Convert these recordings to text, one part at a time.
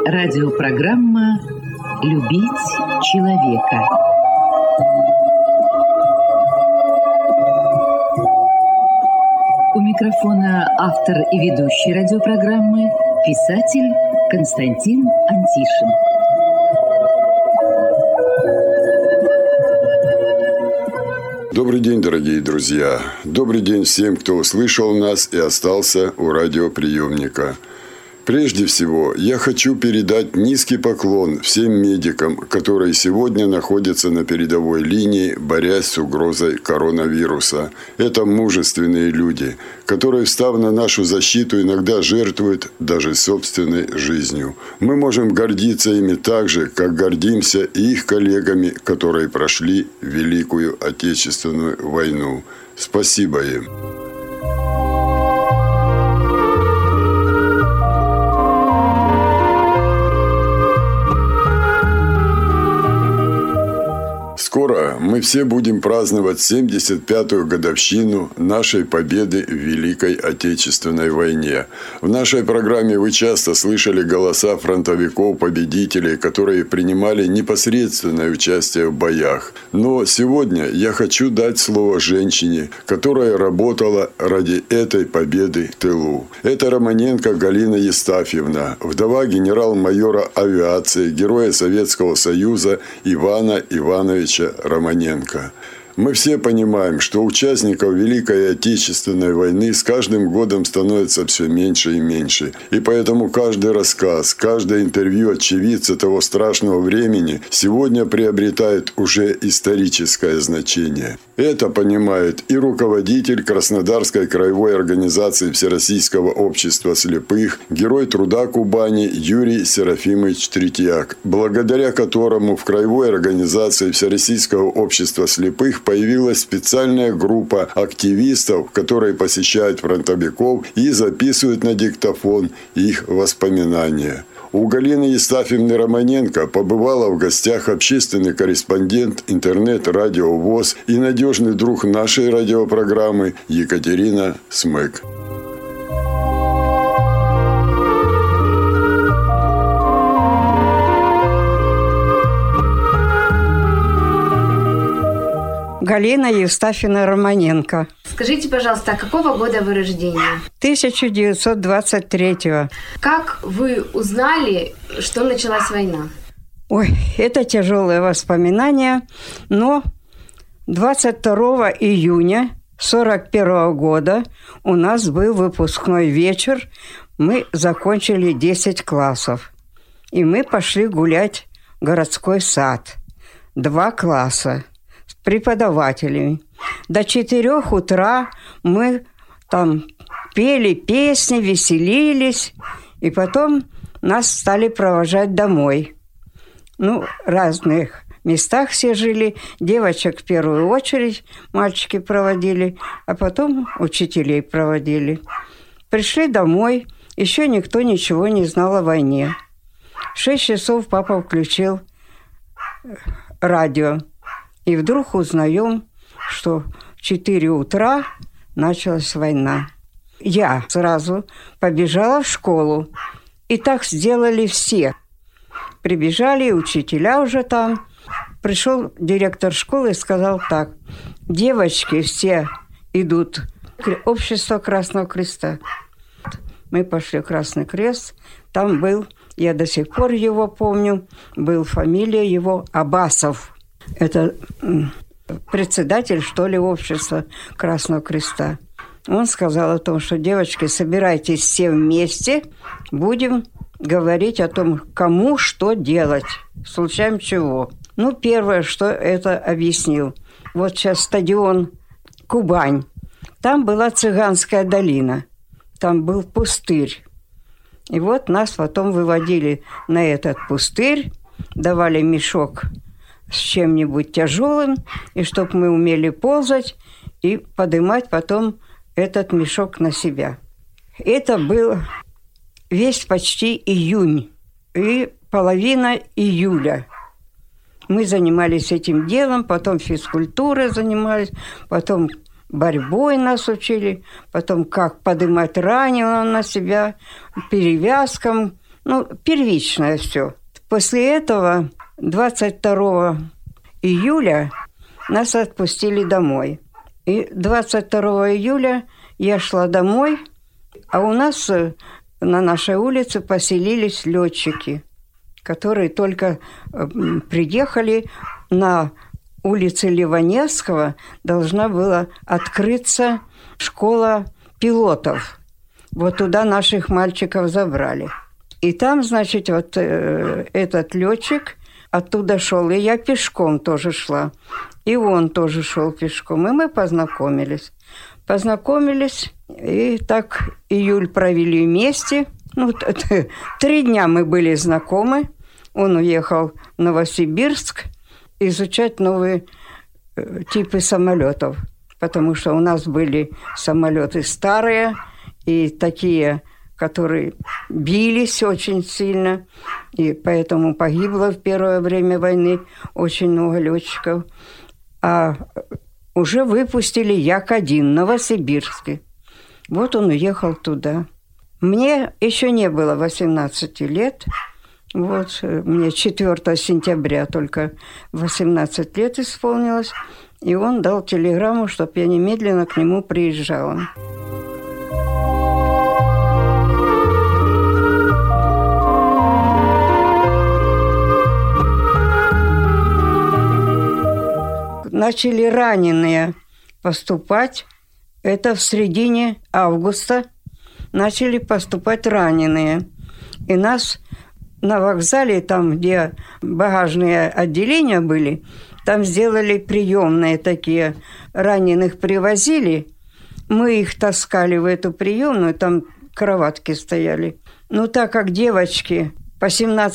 Радиопрограмма «Любить человека». У микрофона автор и ведущий радиопрограммы писатель Константин Антишин. Добрый день, дорогие друзья! Добрый день всем, кто услышал нас и остался у радиоприемника. Прежде всего, я хочу передать низкий поклон всем медикам, которые сегодня находятся на передовой линии, борясь с угрозой коронавируса. Это мужественные люди, которые, встав на нашу защиту, иногда жертвуют даже собственной жизнью. Мы можем гордиться ими так же, как гордимся и их коллегами, которые прошли Великую Отечественную войну. Спасибо им. Скоро мы все будем праздновать 75-ю годовщину нашей победы в Великой Отечественной войне. В нашей программе вы часто слышали голоса фронтовиков-победителей, которые принимали непосредственное участие в боях. Но сегодня я хочу дать слово женщине, которая работала ради этой победы в тылу. Это Романенко Галина Евстафьевна, вдова генерал-майора авиации, героя Советского Союза Ивана Ивановича Романенко. Мы все понимаем, что участников Великой Отечественной войны с каждым годом становится все меньше и меньше. И поэтому каждый рассказ, каждое интервью очевидца того страшного времени сегодня приобретает уже историческое значение. Это понимает и руководитель Краснодарской краевой организации Всероссийского общества слепых, герой труда Кубани Юрий Серафимович Третьяк, благодаря которому в краевой организации Всероссийского общества слепых появилась специальная группа активистов, которые посещают фронтовиков и записывают на диктофон их воспоминания. У Галины Евстафьевны Романенко побывала в гостях общественный корреспондент интернет-радио ВОС и надежный друг нашей радиопрограммы Екатерина Смык. Галина Евстафьевна Романенко. Скажите, пожалуйста, а какого года вы рождения? 1923-го. Как вы узнали, что началась война? Ой, это тяжелые воспоминания, но 22 июня 1941 года у нас был выпускной вечер. Мы закончили 10 классов. И мы пошли гулять в городской сад. 2 класса. Преподавателями. До 4 утра мы там пели песни, веселились, и потом нас стали провожать домой. В разных местах все жили. Девочек в первую очередь мальчики проводили, а потом учителей проводили. Пришли домой, еще никто ничего не знал о войне. В 6 часов папа включил радио. И вдруг узнаем, что в 4 утра началась война. Я сразу побежала в школу. И так сделали все. Прибежали учителя уже там. Пришел директор школы и сказал так: девочки все идут в общество Красного Креста. Мы пошли в Красный Крест. Там был, я до сих пор его помню, был фамилия его Абасов. Это председатель, что ли, общества Красного Креста. Он сказал о том, что, девочки, собирайтесь все вместе, будем говорить о том, кому что делать, в случае чего. Первое, что это объяснил. Вот сейчас стадион Кубань. Там была Цыганская долина, там был пустырь. И вот нас потом выводили на этот пустырь, давали мешок с чем-нибудь тяжелым, и чтобы мы умели ползать и поднимать потом этот мешок на себя. Это был весь почти июнь и половина июля. Мы занимались этим делом, потом физкультурой занимались, потом борьбой нас учили, потом как поднимать раненого на себя, перевязкам, первичное все. После этого 22 июля нас отпустили домой. И 22 июля я шла домой, а у нас на нашей улице поселились летчики, которые только приехали. На улице Ливаневского должна была открыться школа пилотов. Вот туда наших мальчиков забрали. И там, значит, вот этот летчик оттуда шел, и я пешком тоже шла. И он тоже шел пешком. И мы познакомились. И так июль провели вместе. 3 дня мы были знакомы. Он уехал в Новосибирск изучать новые типы самолетов. Потому что у нас были самолеты старые и такие, которые бились очень сильно. И поэтому погибло в первое время войны очень много летчиков. А уже выпустили Як-1 в Новосибирске. Вот он уехал туда. Мне еще не было 18 лет. Вот мне 4 сентября только 18 лет исполнилось. И он дал телеграмму, чтобы я немедленно к нему приезжала. Начали раненые поступать. Это в середине августа начали поступать раненые. И нас на вокзале, там, где багажные отделения были, там сделали приемные такие. Раненых привозили. Мы их таскали в эту приемную, там кроватки стояли. Так как девочки по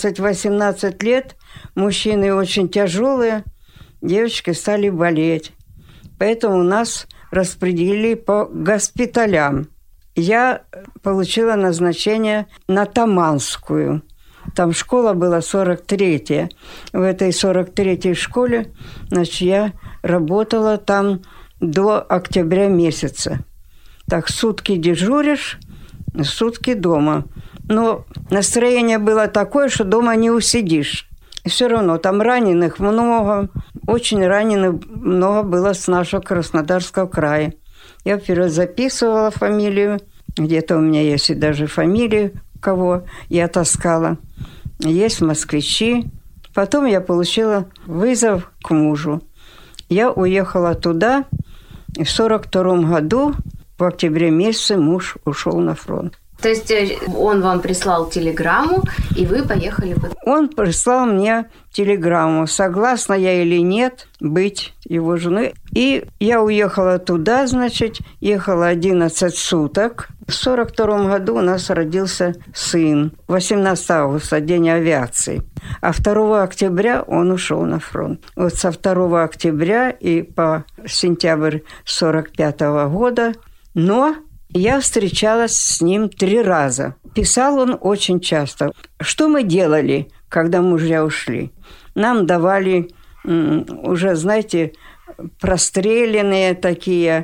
17-18 лет, мужчины очень тяжелые, девочки стали болеть. Поэтому нас распределили по госпиталям. Я получила назначение на Таманскую. Там школа была 43-я. В этой 43-й школе, значит, я работала там до октября месяца. Так, сутки дежуришь, сутки дома. Но настроение было такое, что дома не усидишь. Все равно там раненых много, очень раненых много было с нашего Краснодарского края. Я вперед записывала фамилию, где-то у меня есть и даже фамилии, кого я таскала. Есть москвичи. Потом я получила вызов к мужу. Я уехала туда, и в 1942 году, в октябре месяце, муж ушел на фронт. То есть он вам прислал телеграмму, и вы поехали? Он прислал мне телеграмму, согласна я или нет быть его женой. И я уехала туда, значит, ехала 11 суток. В 1942 году у нас родился сын. 18 августа, день авиации. А 2 октября он ушел на фронт. Вот со 2 октября и по сентябрь 1945 года. Но я встречалась с ним 3 раза. Писал он очень часто. Что мы делали, когда мужья ушли? Нам давали уже, знаете, простреленные такие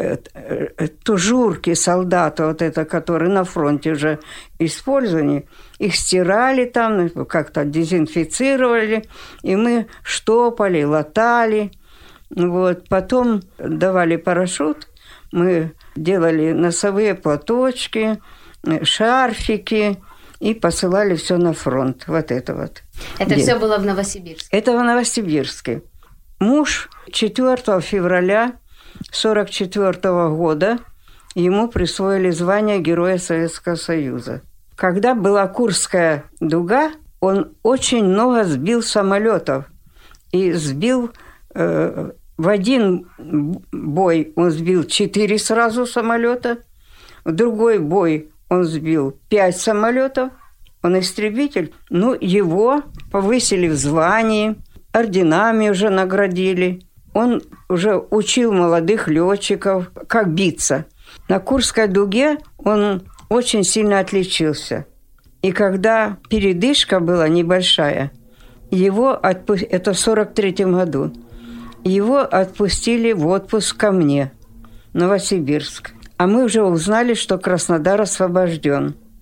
тужурки солдата, вот это, которые на фронте уже использованы. Их стирали там, как-то дезинфицировали, и мы штопали, латали. Вот. Потом давали парашют, мы делали носовые платочки, шарфики и посылали все на фронт. Вот это вот. Это все было в Новосибирске? Это в Новосибирске. Муж 4 февраля 1944 года ему присвоили звание Героя Советского Союза. Когда была Курская дуга, он очень много сбил самолетов. И сбил в один бой он сбил 4 сразу самолета, в другой бой он сбил 5 самолетов, он истребитель. Его повысили в звании, орденами уже наградили. Он уже учил молодых летчиков, как биться. На Курской дуге он очень сильно отличился. И когда передышка была небольшая, это в 1943 году, его отпустили в отпуск ко мне, в Новосибирск. А мы уже узнали, что Краснодар освобожден.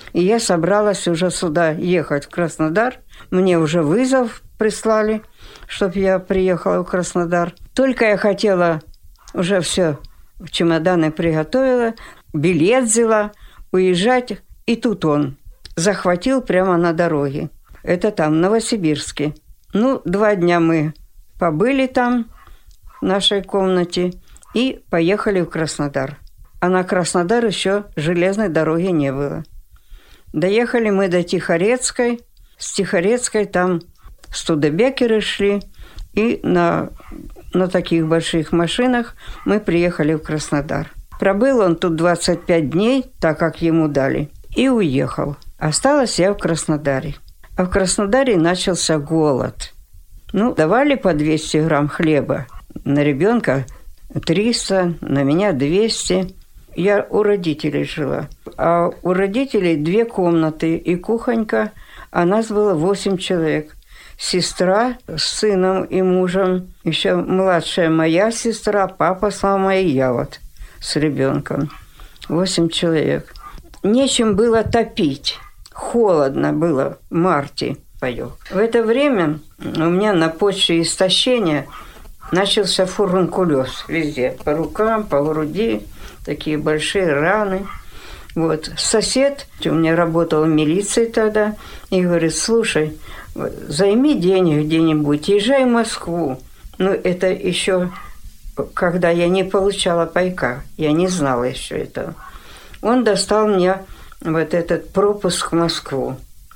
И я собралась уже сюда ехать, в Краснодар. Мне уже вызов прислали, чтобы я приехала в Краснодар. Только я хотела, уже все, чемоданы приготовила, билет взяла, уезжать. И тут он захватил прямо на дороге. Это там, в Новосибирске. 2 дня мы побыли там, в нашей комнате, и поехали в Краснодар. А на Краснодар еще железной дороги не было. Доехали мы до Тихорецкой. С Тихорецкой там студебекеры шли. И на таких больших машинах мы приехали в Краснодар. Пробыл он тут 25 дней, так как ему дали. И уехал. Осталась я в Краснодаре. А в Краснодаре начался голод. Давали по 200 грамм хлеба. На ребенка 300, на меня 200. Я у родителей жила. А у родителей 2 комнаты и кухонька. А нас было 8 человек. Сестра с сыном и мужем. Еще младшая моя сестра, папа с мамой и я вот с ребенком. 8 человек. Нечем было топить. Холодно было в марте. В это время у меня на почве истощения начался фурункулез везде. По рукам, по груди. Такие большие раны. Вот. Сосед, у меня работал в милиции тогда, и говорит: слушай, займи денег где-нибудь, езжай в Москву. Это еще когда я не получала пайка. Я не знала еще этого. Он достал мне вот этот пропуск в Москву.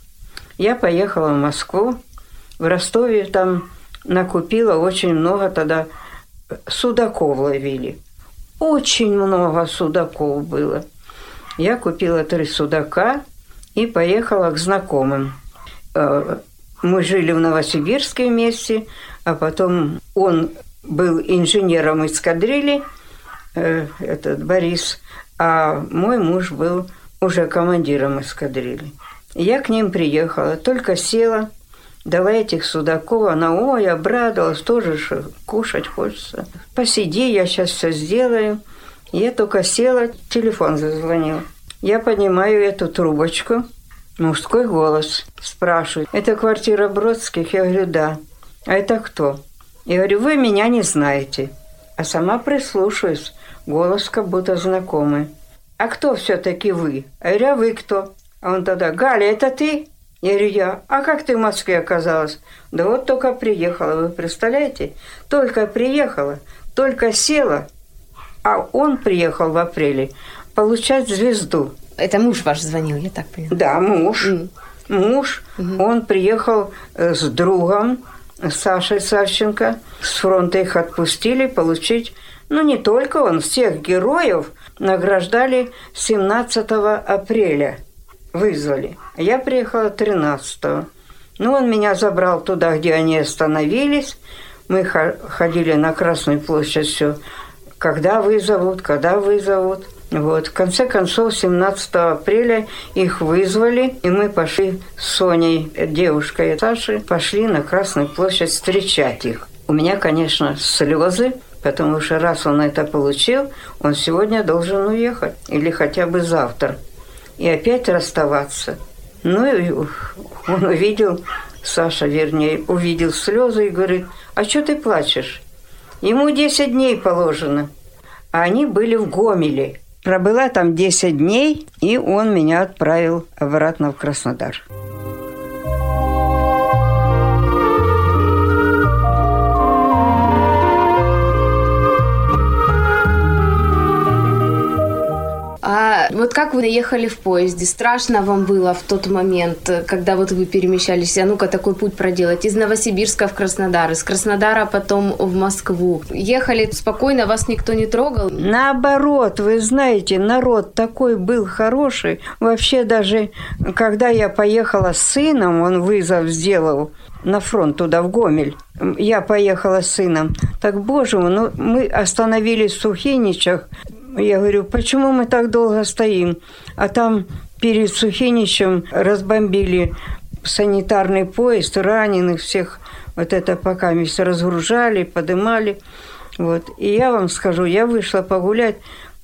Я поехала в Москву. В Ростове там накупила очень много тогда судаков ловили. Очень много судаков было. Я купила 3 судака и поехала к знакомым. Мы жили в Новосибирске вместе, а потом он был инженером эскадрильи, этот Борис, а мой муж был уже командиром эскадрильи. Я к ним приехала, только села, дала этих судаков, она, ой, обрадовалась, тоже кушать хочется. Посиди, я сейчас все сделаю. Я только села, телефон зазвонил. Я поднимаю эту трубочку, мужской голос спрашивает: это квартира Бродских? Я говорю: да. А это кто? Я говорю: вы меня не знаете. А сама прислушаюсь, голос как будто знакомый. А кто все-таки вы? А я говорю: а вы кто? А он тогда: Галя, это ты? Я говорю: я. А как ты в Москве оказалась? Да вот только приехала, вы представляете? Только приехала, только села, а он приехал в апреле получать звезду. Это муж ваш звонил, я так поняла? Да, муж. Муж, он приехал с другом, Сашей Савченко. С фронта их отпустили получить, не только он, всех героев награждали 17 апреля. Вызвали. Я приехала 13-го. Он меня забрал туда, где они остановились. Мы ходили на Красную площадь все. Когда вызовут, когда вызовут. Вот. В конце концов, 17 апреля их вызвали, и мы пошли с Соней, девушкой Саши, пошли на Красную площадь встречать их. У меня, конечно, слезы, потому что раз он это получил, он сегодня должен уехать. Или хотя бы завтра. И опять расставаться. И он увидел, Саша, вернее, увидел слезы и говорит: а что ты плачешь? Ему 10 дней положено. А они были в Гомеле. Пробыла там 10 дней, и он меня отправил обратно в Краснодар. А вот как вы ехали в поезде? Страшно вам было в тот момент, когда вот вы перемещались? А ну-ка, такой путь проделать. Из Новосибирска в Краснодар, из Краснодара потом в Москву. Ехали спокойно, вас никто не трогал? Наоборот, вы знаете, народ такой был хороший. Вообще даже, когда я поехала с сыном, он вызов сделал на фронт туда, в Гомель. Я поехала с сыном. Так, боже мой, мы остановились в Сухиничах. Я говорю: почему мы так долго стоим? А там перед Сухиничем разбомбили санитарный поезд, раненых всех. Вот это пока разгружали, подымали. Вот. И я вам скажу, я вышла погулять.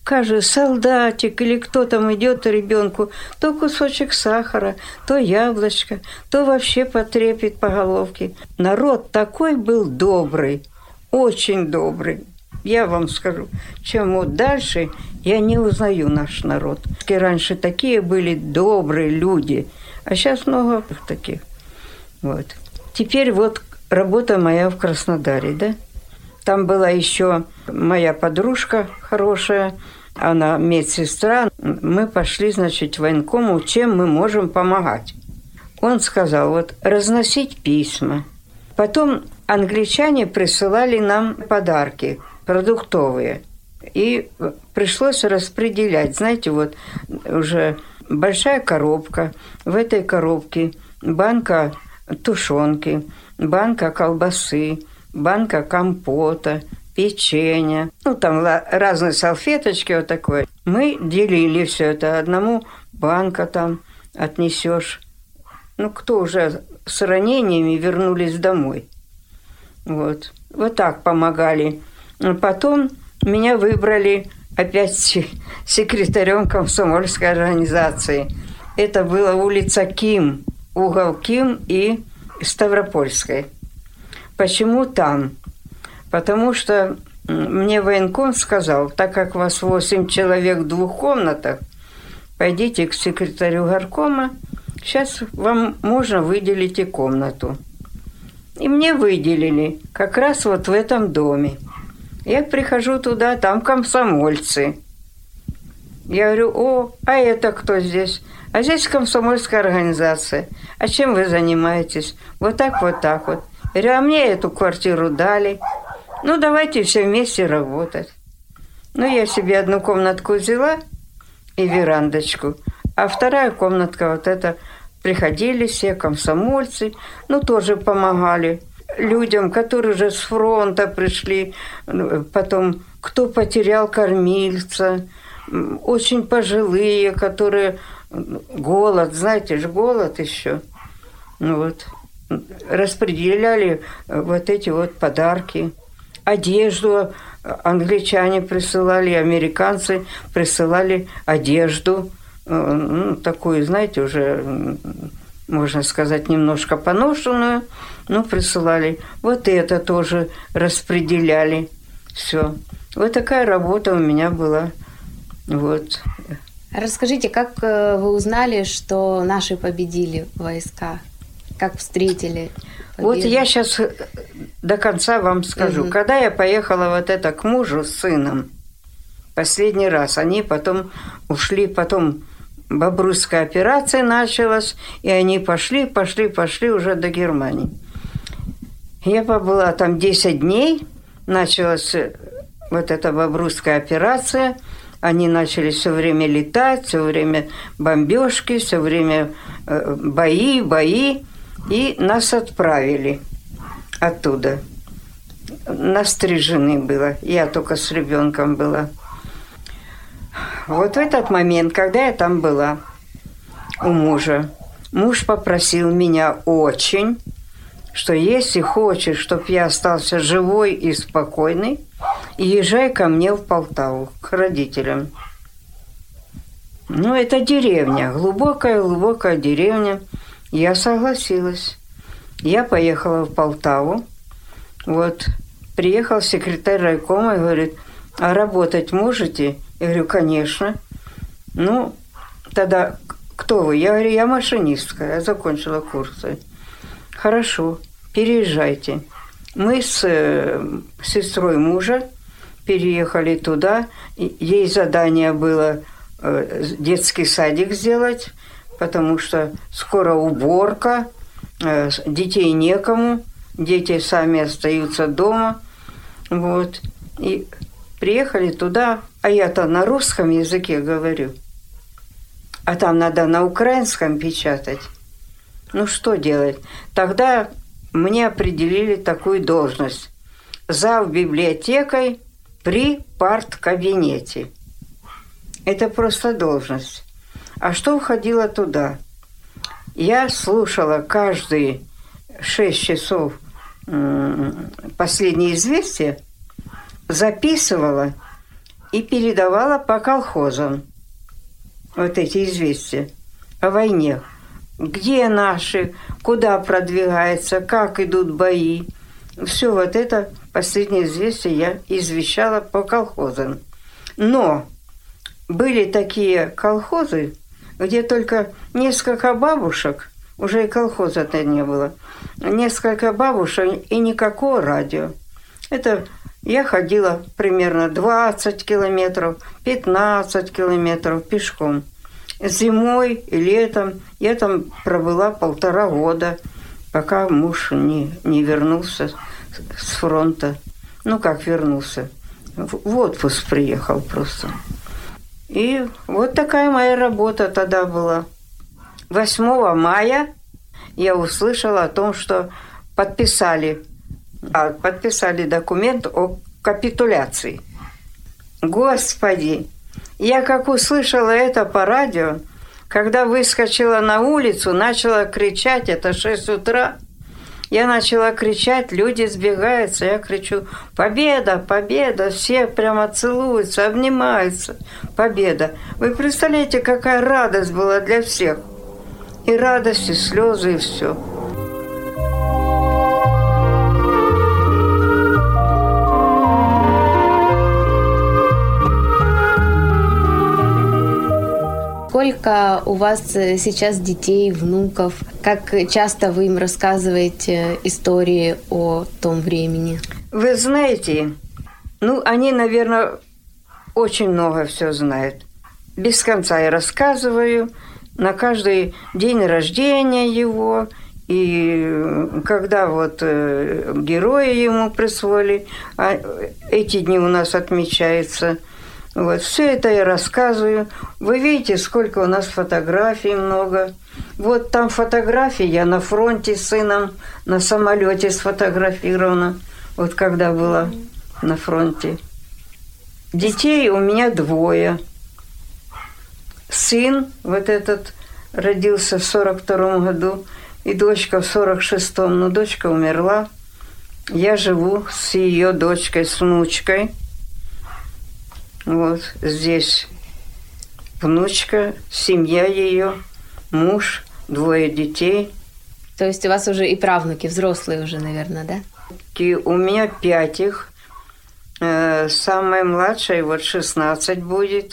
каждый солдатик или кто там идет ребенку, то кусочек сахара, то яблочко, то вообще потрепет по головке. Народ такой был добрый, очень добрый. Я вам скажу, чем вот дальше, я не узнаю наш народ. Раньше такие были добрые люди, а сейчас много таких. Вот. Теперь вот работа моя в Краснодаре, да? Там была еще моя подружка хорошая, она медсестра. Мы пошли, значит, в военкому, чем мы можем помогать. Он сказал, вот, разносить письма. Потом англичане присылали нам подарки продуктовые. И пришлось распределять. Знаете, вот уже большая коробка. В этой коробке банка тушенки, банка колбасы, банка компота, печенье. Ну, там разные салфеточки вот такое. Мы делили все это. Одному банка там отнесешь. Ну, кто уже с ранениями вернулись домой. Вот. Вот так помогали. Потом меня выбрали опять секретарем комсомольской организации. Это была улица Ким, угол Ким и Ставропольской. Почему там? Потому что мне военком сказал, так как вас 8 человек в 2 комнатах, пойдите к секретарю горкома, сейчас вам можно выделить и комнату. И мне выделили как раз вот в этом доме. Я прихожу туда, там комсомольцы. Я говорю, о, а это кто здесь? А здесь комсомольская организация. А чем вы занимаетесь? Вот так, вот так вот. Я говорю, а мне эту квартиру дали. Ну, давайте все вместе работать. Ну, я себе одну комнатку взяла и верандочку. А вторая комнатка вот эта. Приходили все комсомольцы, ну, тоже помогали людям, которые уже с фронта пришли, потом кто потерял кормильца, очень пожилые, которые голод, знаете же, голод еще. Ну, вот. Распределяли вот эти вот подарки. Одежду англичане присылали, американцы присылали одежду. Ну, такую, знаете, уже, можно сказать, немножко поношенную, ну, присылали. Вот это тоже распределяли. Все. Вот такая работа у меня была. Вот. Расскажите, как вы узнали, что наши победили войска? Как встретили победу? Вот я сейчас до конца вам скажу. Угу. Когда я поехала вот это к мужу с сыном, последний раз, они потом ушли, потом Бобруйская операция началась, и они пошли уже до Германии. Я побыла там 10 дней, началась вот эта Бобруйская операция, они начали все время летать, все время бомбежки, все время бои, и нас отправили оттуда. Настрижены было, я только с ребенком была. Вот в этот момент, когда я там была у мужа, муж попросил меня очень, что если хочешь, чтобы я остался живой и спокойный, езжай ко мне в Полтаву, к родителям. Ну, это деревня, глубокая деревня. Я согласилась. Я поехала в Полтаву. Вот, приехал секретарь райкома и говорит, а работать можете? Я говорю, конечно. Ну, тогда кто вы? Я говорю, я машинистка, я закончила курсы. Хорошо, переезжайте. Мы с сестрой мужа переехали туда. Ей задание было детский садик сделать, потому что скоро уборка, детей некому, дети сами остаются дома. Вот. И приехали туда, а я-то на русском языке говорю. А там надо на украинском печатать. Ну, что делать? Тогда мне определили такую должность. Зав библиотекой при парткабинете. Это просто должность. А что входило туда? Я слушала каждые 6 часов последние известия, записывала и передавала по колхозам вот эти известия о войне. Где наши, куда продвигается, как идут бои. Все вот это последнее известие я извещала по колхозам. Но были такие колхозы, где только несколько бабушек, уже и колхоза-то не было, несколько бабушек и никакого радио. Это я ходила примерно 20 километров, 15 километров пешком. Зимой и летом я там пробыла 1,5 года, пока муж не вернулся с фронта. Ну, как вернулся? В отпуск приехал просто. И вот такая моя работа тогда была. 8 мая я услышала о том, что подписали документ о капитуляции. Господи! Я как услышала это по радио, когда выскочила на улицу, начала кричать, это 6 утра, я начала кричать, люди сбегаются, я кричу: «Победа! Победа!» Все прямо целуются, обнимаются. Победа! Вы представляете, какая радость была для всех? И радость, и слезы, и все. Сколько у вас сейчас детей, внуков? Как часто вы им рассказываете истории о том времени? Вы знаете, они, наверное, очень много все знают. Без конца я рассказываю на каждый день рождения его. И когда вот герои ему присвоили, эти дни у нас отмечаются. Вот, все это я рассказываю. Вы видите, сколько у нас фотографий много. Вот там фотографии, я на фронте с сыном, на самолете сфотографирована. Вот когда была на фронте. Детей у меня 2. Сын вот этот родился в 42 году, и дочка в 46-м. Но дочка умерла. Я живу с ее дочкой, с внучкой. Вот здесь внучка, семья ее, муж, 2 детей. То есть у вас уже и правнуки, взрослые уже, наверное, да? И у меня 5 их. Самая младшая, вот 16 будет.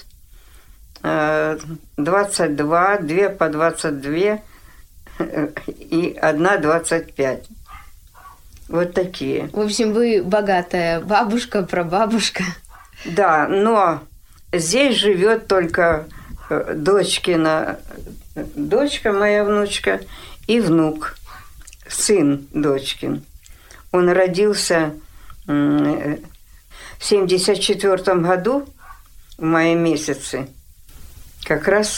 22, 2 по 22 и 1 25. Вот такие. В общем, вы богатая бабушка, прабабушка. Да, но здесь живет только дочка моя внучка, и внук, сын дочкин. Он родился в 1974 году, в мае месяце. Как раз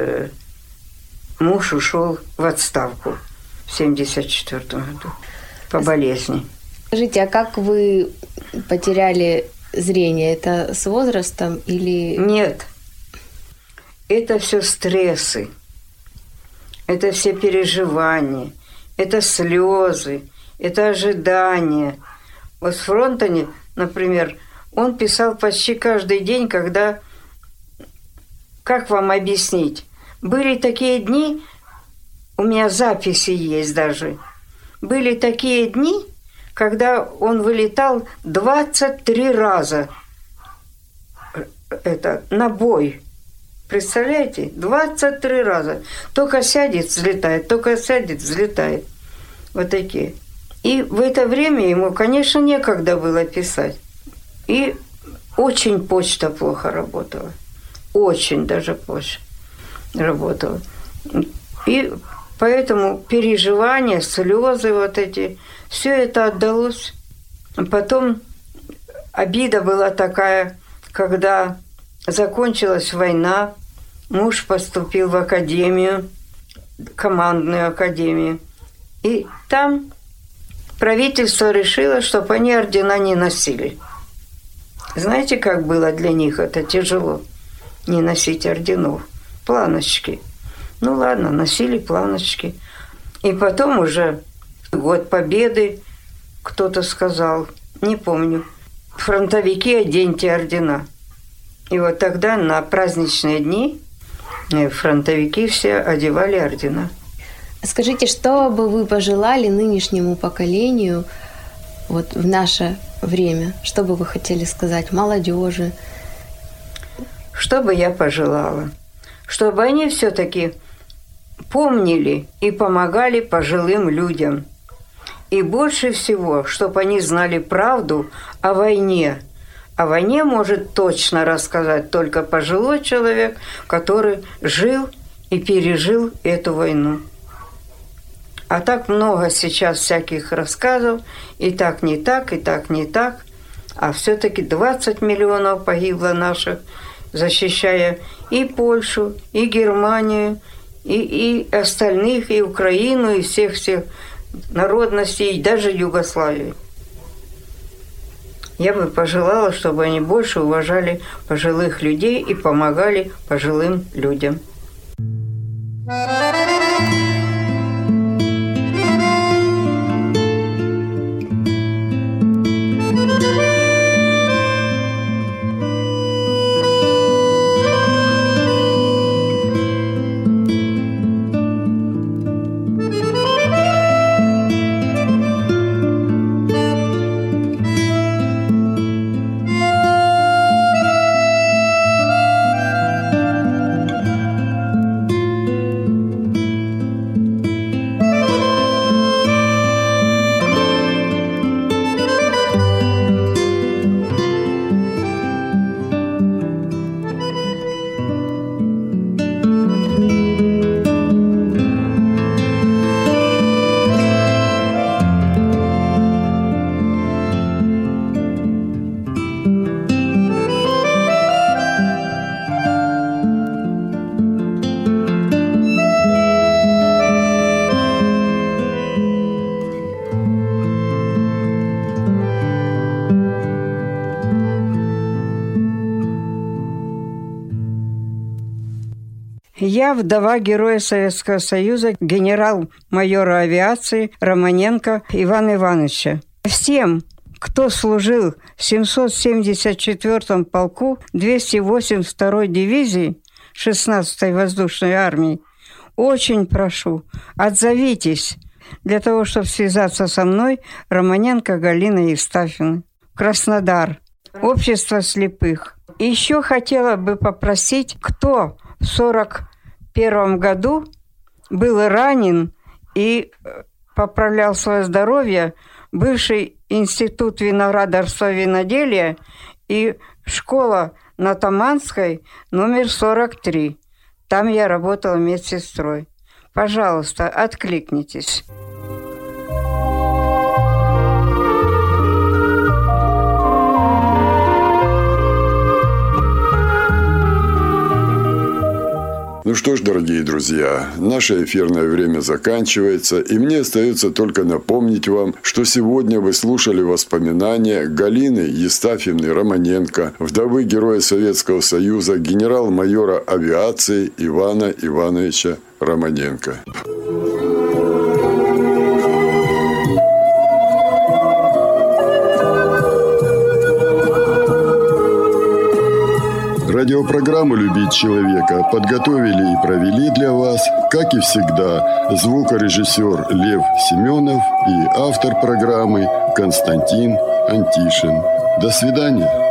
муж ушел в отставку в 1974 году по болезни. Скажите, а как вы потеряли зрение? Это с возрастом или... Нет. Это все стрессы. Это все переживания. Это слезы. Это ожидания. Вот с фронта, например, он писал почти каждый день, когда... Как вам объяснить? Были такие дни, у меня записи есть даже. Были такие дни, когда он вылетал 23 раза на бой. Представляете? 23 раза. Только сядет, взлетает, только сядет, взлетает. Вот такие. И в это время ему, конечно, некогда было писать. И очень почта плохо работала. Очень даже позже работала. И поэтому переживания, слезы вот эти, все это отдалось. Потом обида была такая, когда закончилась война, муж поступил в академию, командную академию. И там правительство решило, чтобы они ордена не носили. Знаете, как было для них это тяжело? Не носить орденов. Планочки. Ну ладно, носили планочки. И потом уже год Победы кто-то сказал, не помню, фронтовики, оденьте ордена. И вот тогда на праздничные дни фронтовики все одевали ордена. Скажите, что бы вы пожелали нынешнему поколению вот в наше время? Что бы вы хотели сказать молодежи? Что бы я пожелала? Чтобы они все-таки помнили и помогали пожилым людям. И больше всего, чтобы они знали правду о войне. О войне может точно рассказать только пожилой человек, который жил и пережил эту войну. А так много сейчас всяких рассказов, и так не так, и так не так. А все-таки 20 миллионов погибло наших, защищая и Польшу, и Германию, и остальных, и Украину, и всех народностей, и даже Югославию. Я бы пожелала, чтобы они больше уважали пожилых людей и помогали пожилым людям. Я вдова Героя Советского Союза, генерал-майора авиации Романенко Ивана Ивановича. Всем, кто служил в 774-м полку 282-й дивизии 16-й воздушной армии, очень прошу, отзовитесь для того, чтобы связаться со мной, Романенко Галина Евстафьевна. Краснодар. Общество слепых. И еще хотела бы попросить, кто в 1941 году был ранен и поправлял свое здоровье, бывший институт виноградарства и виноделия и школа на Таманской, номер 43. Там я работала медсестрой. Пожалуйста, откликнитесь. Ну что ж, дорогие друзья, наше эфирное время заканчивается, и мне остается только напомнить вам, что сегодня вы слушали воспоминания Галины Евстафьевны Романенко, вдовы Героя Советского Союза, генерал-майора авиации Ивана Ивановича Романенко. Радиопрограмму «Любить человека» подготовили и провели для вас, как и всегда, звукорежиссер Лев Семенов и автор программы Константин Антишин. До свидания.